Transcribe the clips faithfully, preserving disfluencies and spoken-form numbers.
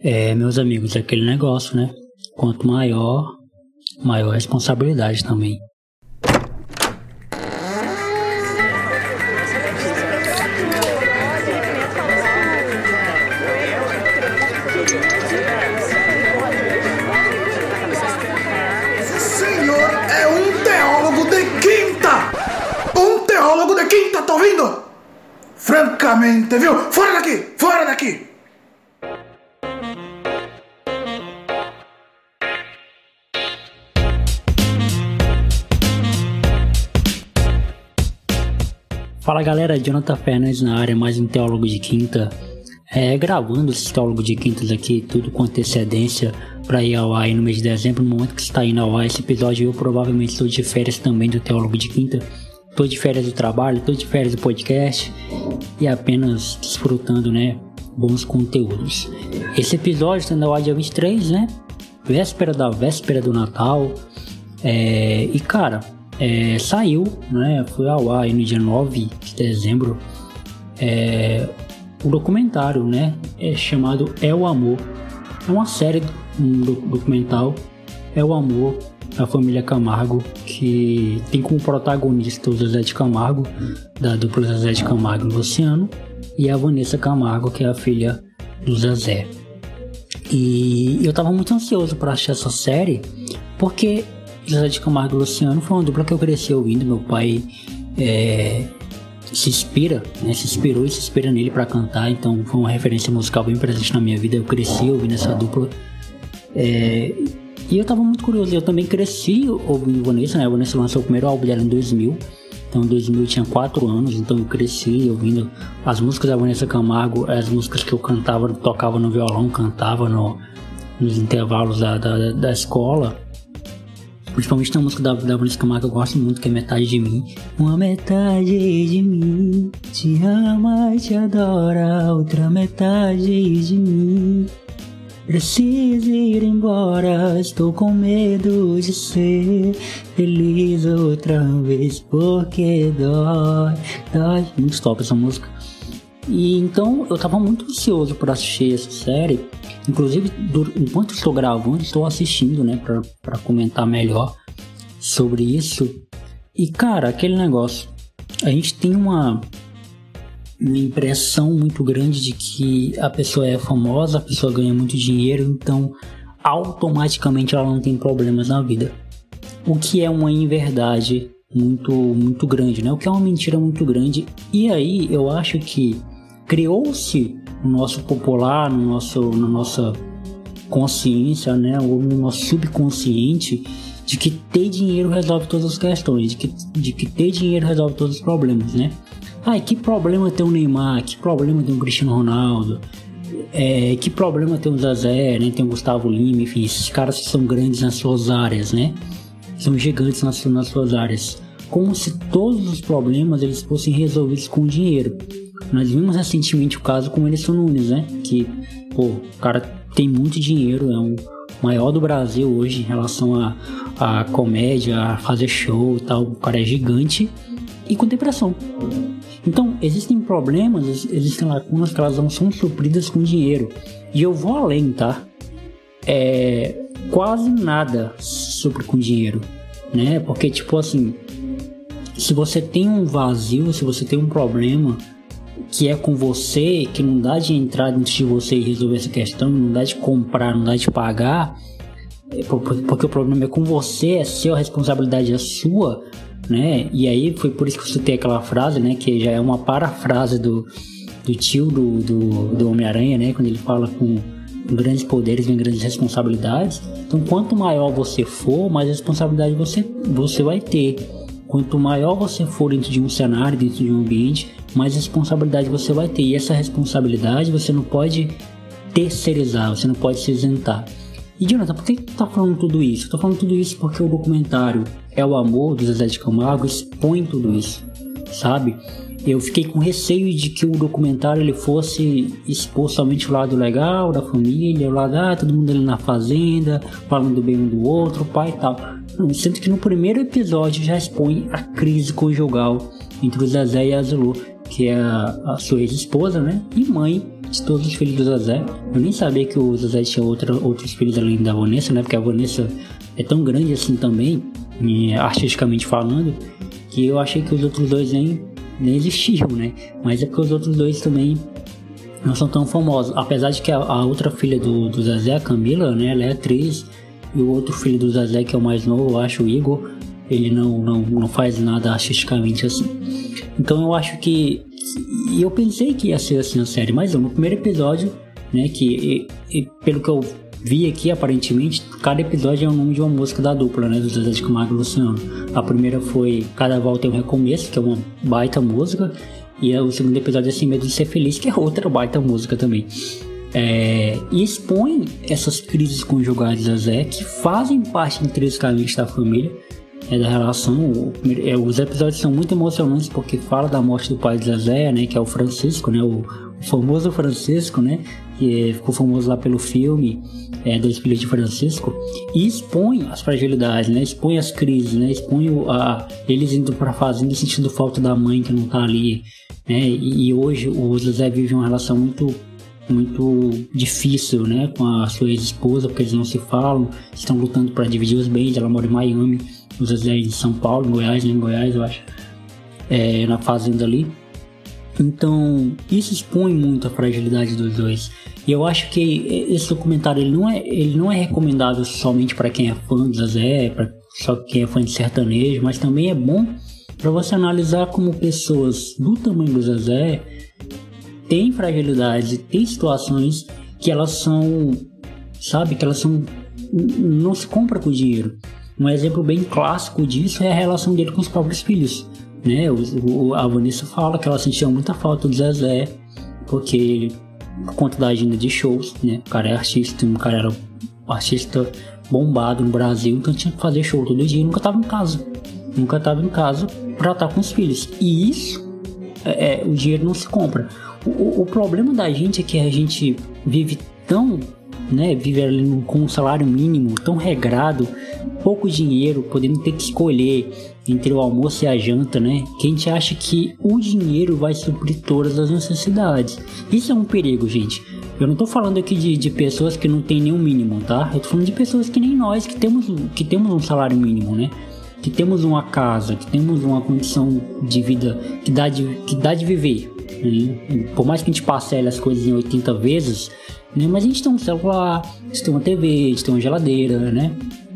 É, meus amigos, é aquele negócio, né? Quanto maior, maior a responsabilidade também. Senhor é um teólogo de quinta! Um teólogo de quinta, tá ouvindo? Francamente, viu? Fora daqui! Fora daqui! Fala galera, Jonathan Fernandes na área, mais um Teólogo de Quinta. É, gravando esses Teólogos de Quintas aqui, tudo com antecedência para ir ao ar no mês de dezembro. No momento que está indo ao ar esse episódio, eu provavelmente estou de férias também do Teólogo de Quinta. Estou de férias do trabalho, estou de férias do podcast e apenas desfrutando, né, bons conteúdos. Esse episódio está indo ao ar dia vinte e três, né, véspera da véspera do Natal. É, e cara... É, saiu, né, foi ao ar aí no dia nove de dezembro, é, o documentário, né, é chamado É o Amor. É uma série, um documental, É o Amor, da família Camargo, que tem como protagonista o Zezé de Camargo, da dupla Zezé de Camargo e Luciano, e a Vanessa Camargo, que é a filha do Zezé. E eu tava muito ansioso para assistir essa série, porque Zezé de Camargo e Luciano foi uma dupla que eu cresci ouvindo. Meu pai é, se inspira, né, se inspirou e se inspira nele para cantar, então foi uma referência musical bem presente na minha vida. Eu cresci ouvindo essa dupla, é, e eu tava muito curioso. Eu também cresci ouvindo Vanessa, né? A Vanessa lançou o primeiro álbum dela em dois mil, então em dois mil eu tinha quatro anos, então eu cresci ouvindo as músicas da Vanessa Camargo, as músicas que eu cantava, tocava no violão, cantava no, nos intervalos da, da, da escola. Principalmente tem uma música da, da Vanessa Camargo que eu gosto muito, que é Metade de Mim. Uma metade de mim te ama e te adora, outra metade de mim precisa ir embora. Estou com medo de ser feliz outra vez, porque dói, dói. Muito top essa música. E então eu tava muito ansioso por assistir essa série. Inclusive, do, enquanto estou gravando, estou assistindo, né, pra, pra comentar melhor sobre isso. E cara, aquele negócio, a gente tem uma, uma impressão muito grande de que a pessoa é famosa, a pessoa ganha muito dinheiro, então automaticamente ela não tem problemas na vida. O que é uma inverdade muito, muito grande, né? O que é uma mentira muito grande. E aí eu acho que criou-se no nosso popular, no nosso, na nossa consciência, né, ou no nosso subconsciente, de que ter dinheiro resolve todas as questões, de que, de que ter dinheiro resolve todos os problemas, né? Ai, que problema ter um Neymar, que problema ter um Cristiano Ronaldo, é, que problema ter um Zezé, né, tem um Gustavo Lima, enfim, esses caras que são grandes nas suas áreas, né? São gigantes nas, nas suas áreas. Como se todos os problemas eles fossem resolvidos com dinheiro. Nós vimos recentemente o caso com o Whindersson Nunes, né? Que, pô, o cara tem muito dinheiro, é o maior do Brasil hoje em relação a, a comédia, a fazer show e tal. O cara é gigante e com depressão. Então, existem problemas, existem lacunas que elas não são supridas com dinheiro. E eu vou além, tá? É, quase nada supre com dinheiro, né? Porque, tipo assim, se você tem um vazio, se você tem um problema que é com você, que não dá de entrar dentro de você e resolver essa questão, não dá de comprar, não dá de pagar, porque o problema é com você, é seu, a responsabilidade é sua, né? E aí foi por isso que você tem aquela frase, né, que já é uma parafrase do, do tio do, do, do Homem-Aranha, né, quando ele fala com grandes poderes vem grandes responsabilidades. Então quanto maior você for, mais responsabilidade você, você vai ter. Quanto maior você for dentro de um cenário, dentro de um ambiente, mais responsabilidade você vai ter. E essa responsabilidade você não pode terceirizar, você não pode se isentar. E Jonathan, por que tu tá falando tudo isso? Eu tô falando tudo isso porque o documentário É o Amor, do Zezé de Camargo, expõe tudo isso, sabe? Eu fiquei com receio de que o documentário ele fosse expor somente o lado legal da família, o lado, ah, todo mundo ali na fazenda, falando bem um do outro, o pai e tal. Não, sendo que no primeiro episódio já expõe a crise conjugal entre o Zezé e a Zelu, que é a, a sua ex-esposa, né? E mãe de todos os filhos do Zezé. Eu nem sabia que o Zezé tinha outra, outros filhos além da Vanessa, né? Porque a Vanessa é tão grande assim também, artisticamente falando, que eu achei que os outros dois nem, nem existiam, né? Mas é porque os outros dois também não são tão famosos. Apesar de que a, a outra filha do, do Zezé, a Camila, né? Ela é atriz. E o outro filho do Zezé, que é o mais novo, eu acho, o Igor, ele não, não, não faz nada artisticamente assim. Então eu acho que... E eu pensei que ia ser assim a série, mas não. No primeiro episódio, né, que e, e, pelo que eu vi aqui, aparentemente, cada episódio é o nome de uma música da dupla, né, do Zezé de Camargo e Luciano. A primeira foi Cada Volta é um Recomeço, que é uma baita música, e o segundo episódio é Sem Medo de Ser Feliz, que é outra baita música também. É, e expõe essas crises conjugais do Zezé, que fazem parte intrinsecamente da família, é, da relação. O, é, os episódios são muito emocionantes porque fala da morte do pai de Zezé, né, que é o Francisco, né, o, o famoso Francisco, né, que ficou famoso lá pelo filme é, Dois Filhos de Francisco, e expõe as fragilidades, né, expõe as crises, né, expõe o, a, eles indo pra fazenda sentindo falta da mãe que não tá ali, né, e, e hoje o Zezé vive uma relação muito muito difícil, né, com a sua ex-esposa, porque eles não se falam, estão lutando para dividir os bens. Ela mora em Miami, o Zezé é em São Paulo, em Goiás, né, em Goiás, eu acho, é, na fazenda ali. Então, isso expõe muito a fragilidade dos dois. E eu acho que esse documentário ele não é, ele não é recomendado somente para quem é fã do Zezé, para só quem é fã de sertanejo, mas também é bom para você analisar como pessoas do tamanho do Zezé tem fragilidades e tem situações que elas são, sabe, que elas são, não se compra com dinheiro. Um exemplo bem clássico disso é a relação dele com os próprios filhos, né? O, o, a Vanessa fala que ela sentia muita falta do Zezé, porque por conta da agenda de shows, né? O cara é artista, o cara era um artista bombado no Brasil, então tinha que fazer show todo dia e nunca estava em casa. Nunca estava em casa para estar com os filhos. E isso, é, é, o dinheiro não se compra. O, o problema da gente é que a gente vive tão, né, vive ali com um salário mínimo, tão regrado, pouco dinheiro, podendo ter que escolher entre o almoço e a janta, né? Que a gente acha que o dinheiro vai suprir todas as necessidades. Isso é um perigo, gente. Eu não tô falando aqui de, de pessoas que não tem nenhum mínimo, tá? Eu tô falando de pessoas que nem nós, que temos, que temos um salário mínimo, né? Que temos uma casa, que temos uma condição de vida que dá de, que dá de viver. Né? Por mais que a gente parcele as coisas em oitenta vezes, né? Mas a gente tem um celular, a gente tem uma T V, a gente tem uma geladeira, né?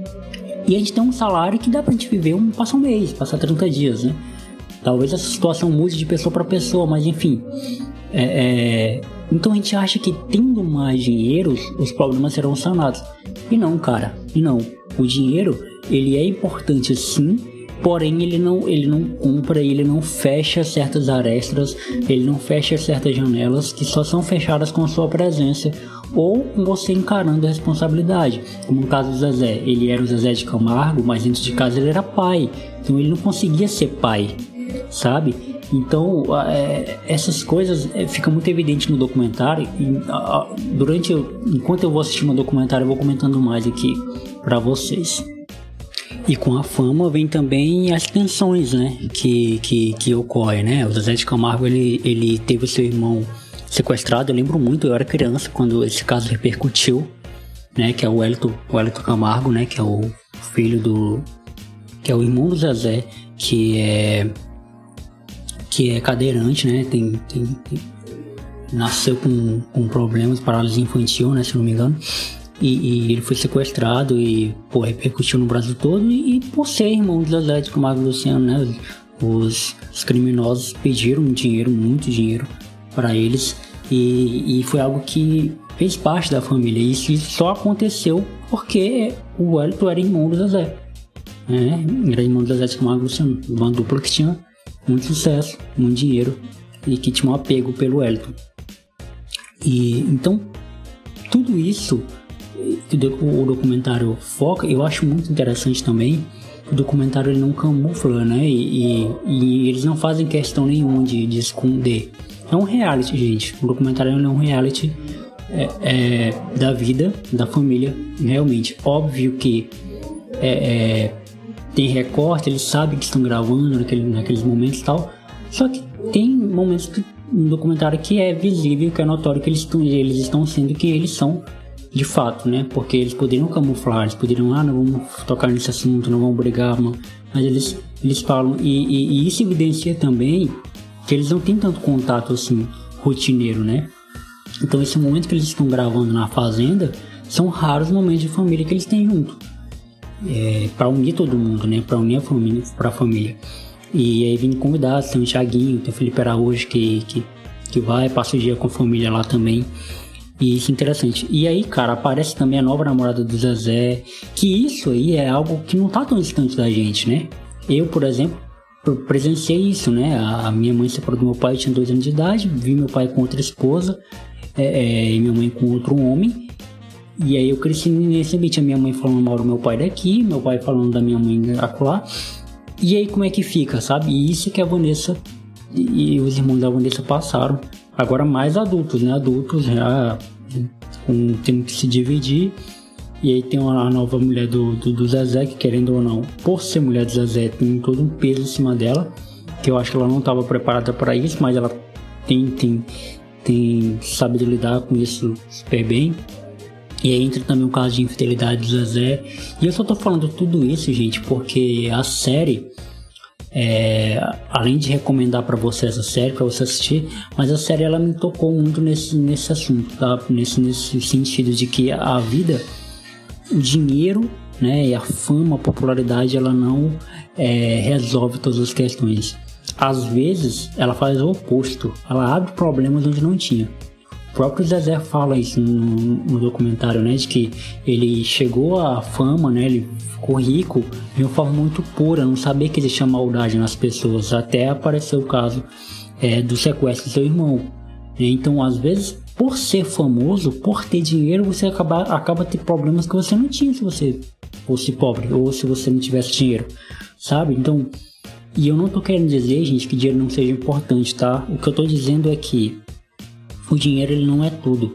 E a gente tem um salário que dá pra gente viver, um, passar um mês, passar trinta dias, né? Talvez essa situação mude de pessoa para pessoa, mas enfim. É, é... Então a gente acha que tendo mais dinheiro, os problemas serão sanados. E não, cara, e não. O dinheiro, ele é importante sim, porém ele não, ele não compra, ele não fecha certas arestas, ele não fecha certas janelas que só são fechadas com a sua presença ou com você encarando a responsabilidade. Como no caso do Zezé, ele era o Zezé de Camargo, mas dentro de casa ele era pai, então ele não conseguia ser pai, sabe? Então é, essas coisas é, ficam muito evidentes no documentário e a, durante, enquanto eu vou assistindo o documentário eu vou comentando mais aqui para vocês. E com a fama vem também as tensões, né, que, que, que ocorrem, né? O Zezé de Camargo, ele, ele teve o seu irmão sequestrado. Eu lembro muito, eu era criança quando esse caso repercutiu, né, que é o Wellington, o Wellington Camargo, né, que é o filho do, que é o irmão do Zezé, que é que é cadeirante, né, tem, tem, tem nasceu com, com problemas, paralisia infantil, né, se não me engano. E, e ele foi sequestrado e, pô, repercutiu no Brasil todo. E, e por ser irmão do Zezé de Camargo e Luciano, né? Os, os criminosos pediram dinheiro, muito dinheiro para eles. E, e foi algo que fez parte da família. E isso só aconteceu porque o Wellington era irmão do Zezé. Né? Era irmão do Zezé de Camargo e Luciano. Uma dupla que tinha muito sucesso, muito dinheiro. E que tinha um apego pelo Wellington. E então, tudo isso que o documentário foca, eu acho muito interessante também. O documentário ele não camufla, né? E, e, e eles não fazem questão nenhuma de, de esconder. É um reality, gente. O documentário é um reality é, é, da vida, da família, realmente. Óbvio que é, é, tem recorte, eles sabem que estão gravando naquele, naqueles momentos e tal. Só que tem momentos que um documentário que é visível, que é notório que eles, eles estão sendo que eles são de fato, né? Porque eles poderiam camuflar, eles poderiam, ah, não vamos tocar nesse assunto, não vamos brigar, não. Mas eles, eles falam, e, e, e isso evidencia também que eles não têm tanto contato assim, rotineiro, né? Então esse momento que eles estão gravando na fazenda são raros momentos de família que eles têm junto, é, para unir todo mundo, né? Para unir a família, para a família. E aí vem convidados, tem o Thiaguinho, tem o Felipe Araújo que, que, que vai, passa o dia com a família lá também. E isso é interessante. E aí, cara, aparece também a nova namorada do Zezé, que isso aí é algo que não tá tão distante da gente, né? Eu, por exemplo, presenciei isso, né? A minha mãe se separou do meu pai, eu tinha dois anos de idade, vi meu pai com outra esposa, é, é, e minha mãe com outro homem. E aí eu cresci nesse ambiente, a minha mãe falando mal do meu pai daqui, meu pai falando da minha mãe acolá. E aí como é que fica, sabe? E isso que a Vanessa e, e os irmãos da Vanessa passaram. Agora mais adultos, né? Adultos já com, tendo que se dividir. E aí tem a nova mulher do, do, do Zezé, que querendo ou não, por ser mulher do Zezé, tem todo um peso em cima dela. Que eu acho que ela não estava preparada para isso, mas ela tem, tem, tem sabe lidar com isso super bem. E aí entra também o caso de infidelidade do Zezé. E eu só tô falando tudo isso, gente, porque a série... É, além de recomendar para você essa série, para você assistir, mas a série ela me tocou muito nesse, nesse assunto, tá? nesse, nesse sentido de que a vida, o dinheiro, né, e a fama, a popularidade, ela não é, resolve todas as questões. Às vezes ela faz o oposto, ela abre problemas onde não tinha. O próprio Zezé fala isso no, no documentário, né, de que ele chegou à fama, né, ele ficou rico de uma forma muito pura, não sabia que existia maldade nas pessoas, até apareceu o caso é, do sequestro do seu irmão. Então, às vezes, por ser famoso, por ter dinheiro, você acaba, acaba tendo problemas que você não tinha se você fosse pobre, ou se você não tivesse dinheiro, sabe? Então, e eu não tô querendo dizer, gente, que dinheiro não seja importante, tá? O que eu tô dizendo é que o dinheiro, ele não é tudo.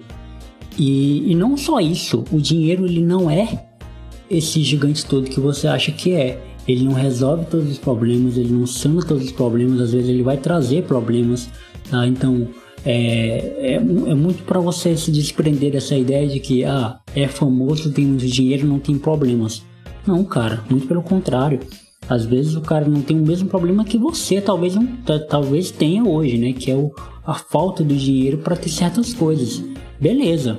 E, e não só isso, o dinheiro, ele não é esse gigante todo que você acha que é. Ele não resolve todos os problemas, ele não sana todos os problemas, às vezes ele vai trazer problemas, tá? Então é, é, é muito para você se desprender dessa ideia de que ah, é famoso, tem muito dinheiro, não tem problemas. Não, cara, muito pelo contrário. Às vezes o cara não tem o mesmo problema que você talvez, não, talvez tenha hoje, né? Que é o, a falta do dinheiro para ter certas coisas. Beleza,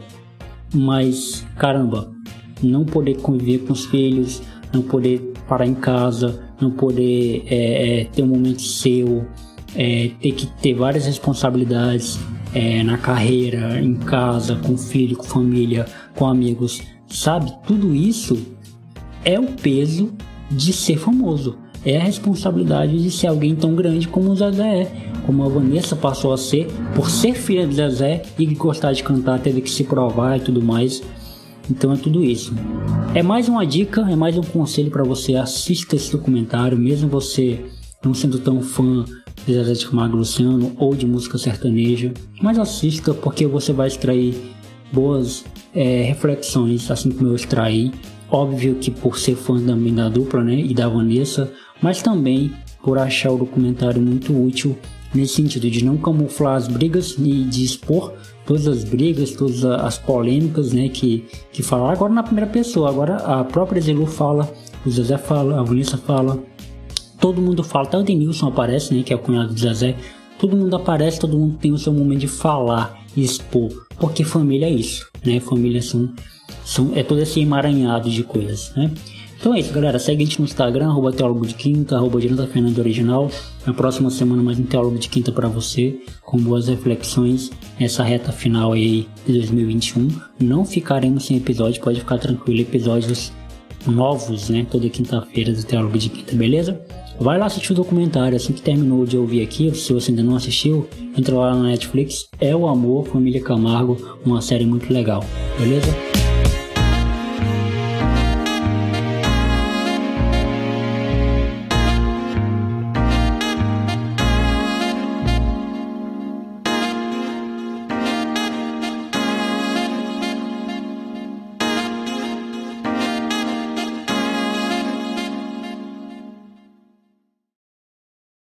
mas caramba, não poder conviver com os filhos, não poder parar em casa, não poder é, é, ter um momento seu, é, ter que ter várias responsabilidades é, na carreira, em casa, com filho, com família, com amigos, sabe? Tudo isso é o peso de ser famoso, é a responsabilidade de ser alguém tão grande como o Zezé é, como a Vanessa passou a ser, por ser filha de Zezé e gostar de cantar, teve que se provar e tudo mais. Então é tudo isso. É mais uma dica, é mais um conselho para você. Assista esse documentário, mesmo você não sendo tão fã de Zezé de Camargo e Luciano ou de música sertaneja, mas assista porque você vai extrair boas é, reflexões, assim como eu extraí. Óbvio que por ser fã também da dupla, né, e da Vanessa, mas também por achar o documentário muito útil nesse sentido de não camuflar as brigas e de expor todas as brigas, todas as polêmicas, né, que, que falaram agora na primeira pessoa. Agora a própria Zelu fala, o Zezé fala, a Vanessa fala, todo mundo fala, até o Denilson aparece, né, que é o cunhado do Zezé. Todo mundo aparece, todo mundo tem o seu momento de falar e expor, porque família é isso, né, família são, são, é todo esse emaranhado de coisas, né. Então é isso, galera. Segue a gente no Instagram, arroba Teólogo de Quinta, arroba Jonathan Fernando Original. Na próxima semana mais um Teólogo de Quinta pra você, com boas reflexões nessa reta final aí de dois mil e vinte e um. Não ficaremos sem episódio, pode ficar tranquilo, episódios novos, né, toda quinta-feira do Teólogo de Quinta, beleza? Vai lá assistir o documentário, assim que terminou de ouvir aqui, se você ainda não assistiu, entra lá na Netflix, É o Amor, Família Camargo, uma série muito legal, beleza?